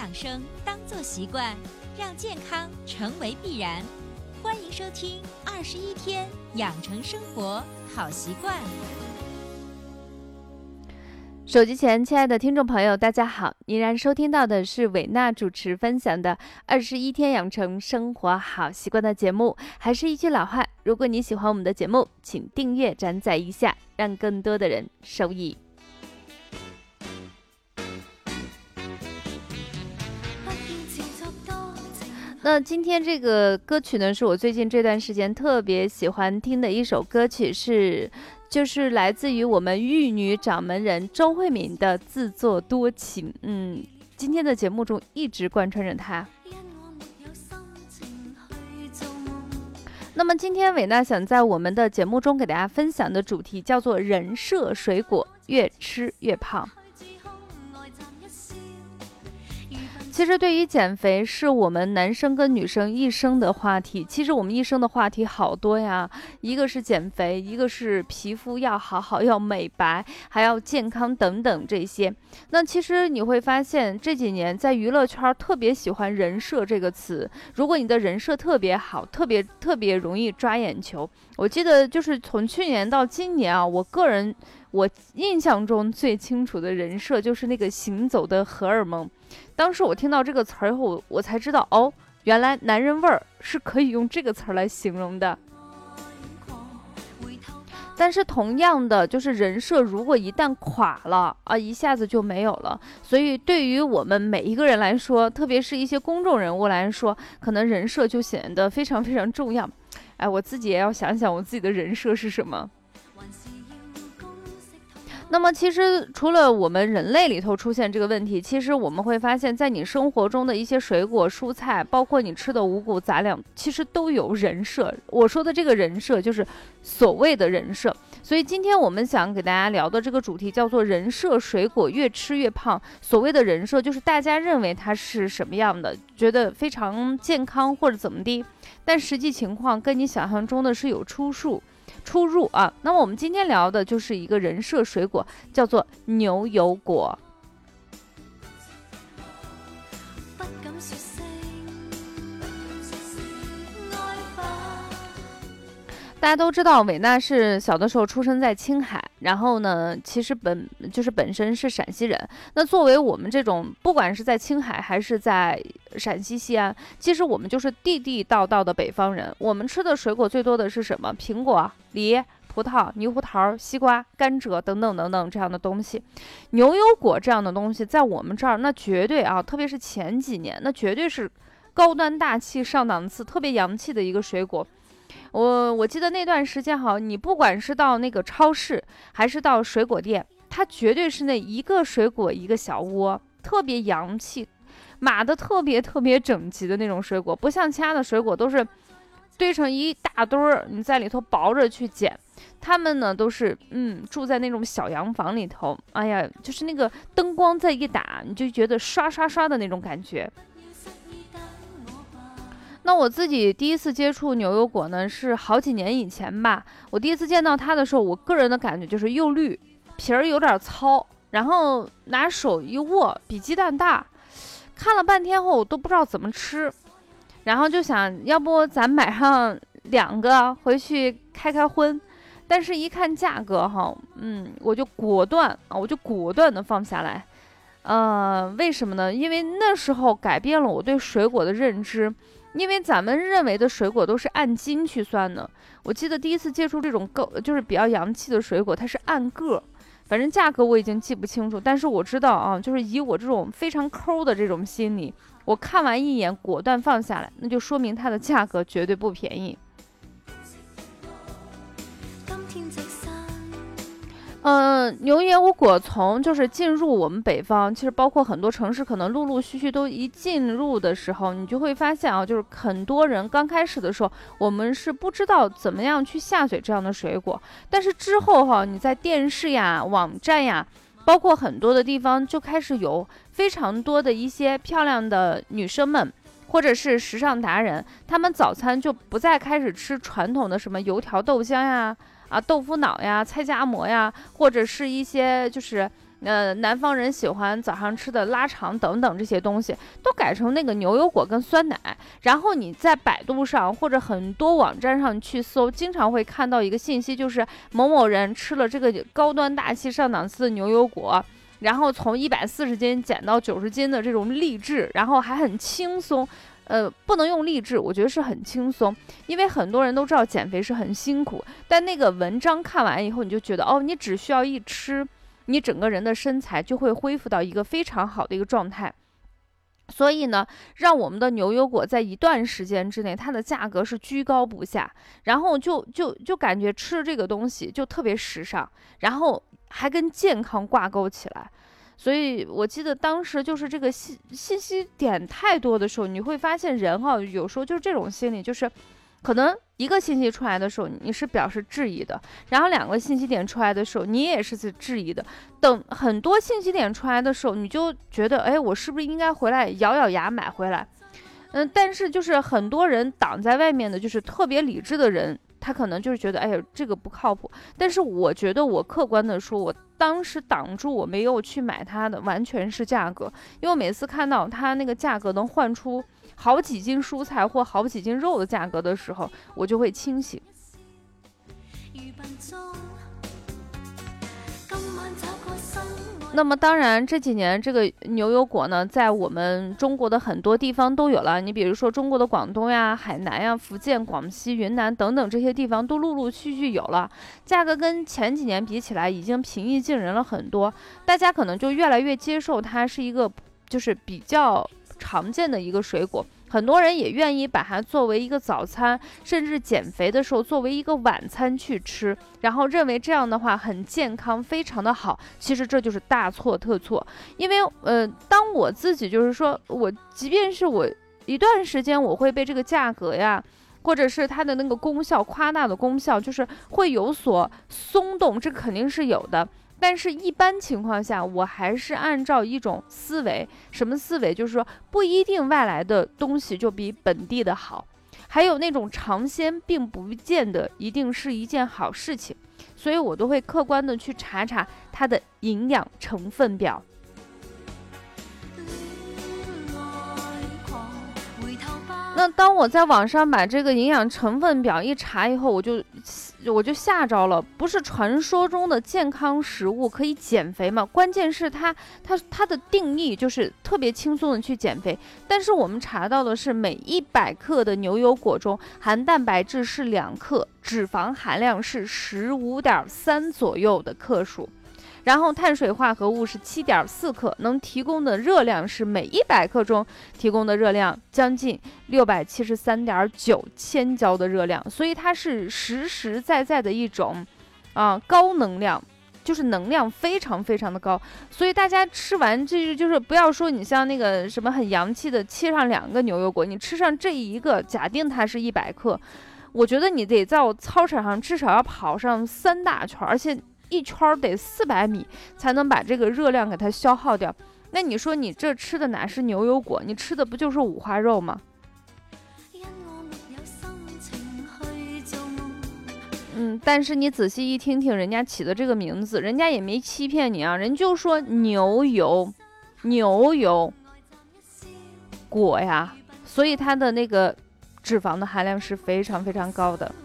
养生当作习惯，让健康成为必然。欢迎收听21天养成生活好习惯。 手机前亲爱的听众朋友大家好，依然收听到的是韦娜主持分享的21天养成生活好习惯的节目。还是一句老话，如果你喜欢我们的节目，请订阅转载一下，让更多的人受益。那今天这个歌曲呢，是我最近这段时间特别喜欢听的一首歌曲，就是来自于我们玉女掌门人周慧敏的《自作多情》。今天的节目中一直贯穿着它。那么今天韦娜想在我们的节目中给大家分享的主题叫做人设水果，越吃越胖。其实对于减肥是我们男生跟女生一生的话题，其实我们一生的话题好多呀，一个是减肥，一个是皮肤要好要美白，还要健康等等这些。那其实你会发现这几年在娱乐圈特别喜欢人设这个词，如果你的人设特别好，特别容易抓眼球。我记得就是从去年到今年啊，我印象中最清楚的人设就是那个行走的荷尔蒙。当时我听到这个词儿后，我才知道哦，原来男人味儿是可以用这个词儿来形容的。但是同样的，就是人设如果一旦垮了啊，一下子就没有了。所以对于我们每一个人来说，特别是一些公众人物来说，可能人设就显得非常非常重要。我自己也要想想我自己的人设是什么。那么其实除了我们人类里头出现这个问题，其实我们会发现在你生活中的一些水果蔬菜，包括你吃的五谷杂粮，其实都有人设。我说的这个人设就是所谓的人设。所以今天我们想给大家聊的这个主题叫做人设水果，越吃越胖。所谓的人设就是大家认为它是什么样的，觉得非常健康或者怎么地，但实际情况跟你想象中的是有出入啊。那么我们今天聊的就是一个人设水果，叫做牛油果。大家都知道韦娜是小的时候出生在青海，然后呢其实本身是陕西人。那作为我们这种不管是在青海还是在陕西西安，其实我们就是地地道道的北方人。我们吃的水果最多的是什么？苹果、梨、葡萄、猕猴桃、西瓜、甘蔗等等等等这样的东西。牛油果这样的东西在我们这儿那绝对啊，特别是前几年，那绝对是高端大气上档次特别洋气的一个水果。我记得那段时间你不管是到那个超市还是到水果店，它绝对是那一个水果一个小窝，特别洋气，码的特别整齐的那种水果，不像其他的水果都是堆成一大堆儿，你在里头薄着去捡。他们呢都是住在那种小洋房里头，哎呀，就是那个灯光再一打，你就觉得刷刷刷的那种感觉。那我自己第一次接触牛油果呢，是好几年以前吧。我第一次见到它的时候，我个人的感觉就是又绿，皮儿有点糙，然后拿手一握比鸡蛋大。看了半天后，我都不知道怎么吃，然后就想要不咱买上2个回去开荤。但是一看价格我就果断的放下来。为什么呢？因为那时候改变了我对水果的认知。因为咱们认为的水果都是按斤去算的，我记得第一次接触这种就是比较洋气的水果，它是按个，反正价格我已经记不清楚，但是我知道啊，就是以我这种非常抠的这种心理，我看完一眼果断放下来，那就说明它的价格绝对不便宜。牛油果从就是进入我们北方，其实包括很多城市，可能陆陆续续都一进入的时候，你就会发现啊，就是很多人刚开始的时候，我们是不知道怎么样去下嘴这样的水果，但是之后你在电视呀、网站呀，包括很多的地方，就开始有非常多的一些漂亮的女生们，或者是时尚达人，他们早餐就不再开始吃传统的什么油条豆浆呀、豆腐脑呀、菜夹馍呀，或者是一些就是南方人喜欢早上吃的腊肠等等这些东西，都改成那个牛油果跟酸奶。然后你在百度上或者很多网站上去搜，经常会看到一个信息，就是某某人吃了这个高端大气上档次的牛油果，然后从140斤减到90斤的这种励志，然后还很轻松。不能用励志，我觉得是很轻松，因为很多人都知道减肥是很辛苦，但那个文章看完以后，你就觉得哦，你只需要一吃，你整个人的身材就会恢复到一个非常好的一个状态。所以呢，让我们的牛油果在一段时间之内，它的价格是居高不下，然后就感觉吃这个东西就特别时尚，然后还跟健康挂钩起来。所以我记得当时就是这个信息点太多的时候，你会发现人有时候就是这种心理，就是可能一个信息出来的时候你是表示质疑的，然后2个信息点出来的时候你也是质疑的，等很多信息点出来的时候，你就觉得哎，我是不是应该回来咬咬牙买回来？但是就是很多人挡在外面的，就是特别理智的人，他可能就是觉得哎呀这个不靠谱。但是我觉得我客观的说，我当时挡住我没有去买它的完全是价格，因为我每次看到它那个价格能换出好几斤蔬菜或好几斤肉的价格的时候，我就会清醒。那么当然这几年这个牛油果呢，在我们中国的很多地方都有了，你比如说中国的广东呀、海南呀、福建、广西、云南等等这些地方都陆陆续续有了，价格跟前几年比起来已经平易近人了很多，大家可能就越来越接受它是一个就是比较常见的一个水果，很多人也愿意把它作为一个早餐，甚至减肥的时候作为一个晚餐去吃，然后认为这样的话很健康，非常的好。其实这就是大错特错，因为当我自己就是说我即便是我一段时间我会被这个价格呀，或者是它的那个功效夸大的功效，就是会有所松动，这肯定是有的。但是一般情况下，我还是按照一种思维，什么思维？就是说不一定外来的东西就比本地的好，还有那种尝鲜并不见得一定是一件好事情，所以我都会客观的去查查它的营养成分表。那当我在网上把这个营养成分表一查以后，我就吓着了，不是传说中的健康食物可以减肥吗？关键是它的定义就是特别轻松的去减肥，但是我们查到的是每100克的牛油果中含蛋白质是2克，脂肪含量是15.3左右的克数。然后碳水化合物是7.4克，能提供的热量是每100克中提供的热量将近673.9千焦的热量，所以它是实实在在的一种高能量，就是能量非常非常的高。所以大家吃完就是不要说你像那个什么很洋气的切上2个牛油果，你吃上这一个，假定它是100克，我觉得你得在我操场上至少要跑上3大圈，而且一圈得400米才能把这个热量给它消耗掉。那你说你这吃的哪是牛油果，你吃的不就是五花肉吗？但是你仔细一听听人家起的这个名字，人家也没欺骗你啊，人就说牛油果呀，所以它的那个脂肪的含量是非常非常高的。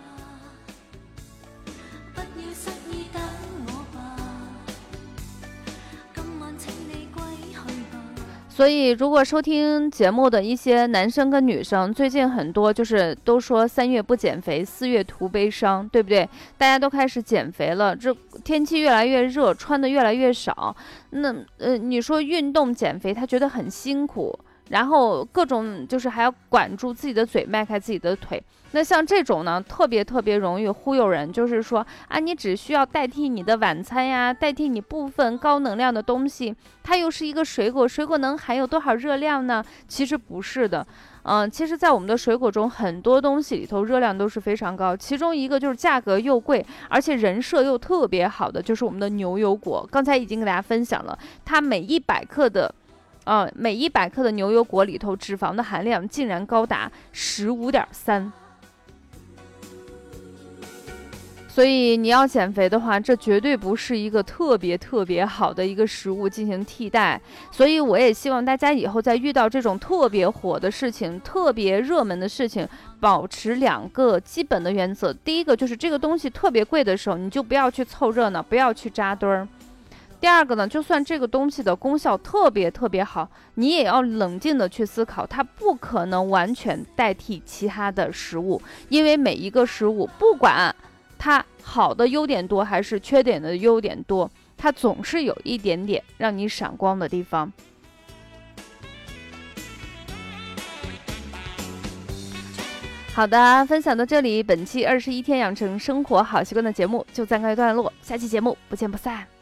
所以如果收听节目的一些男生跟女生，最近很多就是都说3月不减肥，4月图悲伤，对不对？大家都开始减肥了，这天气越来越热，穿的越来越少，那你说运动减肥他觉得很辛苦，然后各种就是还要管住自己的嘴，迈开自己的腿。那像这种呢，特别容易忽悠人，就是说啊，你只需要代替你的晚餐呀，代替你部分高能量的东西，它又是一个水果，水果能含有多少热量呢？其实不是的，其实在我们的水果中，很多东西里头热量都是非常高，其中一个就是价格又贵，而且人设又特别好的，就是我们的牛油果。刚才已经给大家分享了，它每100克的牛油果里头脂肪的含量竟然高达15.3。 所以你要减肥的话，这绝对不是一个特别好的一个食物进行替代。所以我也希望大家以后在遇到这种特别火的事情、特别热门的事情，保持2个基本的原则。第一个就是这个东西特别贵的时候，你就不要去凑热闹，不要去扎堆儿。第二个呢，就算这个东西的功效特别好，你也要冷静的去思考，它不可能完全代替其他的食物，因为每一个食物，不管它好的优点多还是缺点的优点多，它总是有一点点让你闪光的地方。好的，分享到这里，本期21天养成生活好习惯的节目就暂告一段落，下期节目不见不散。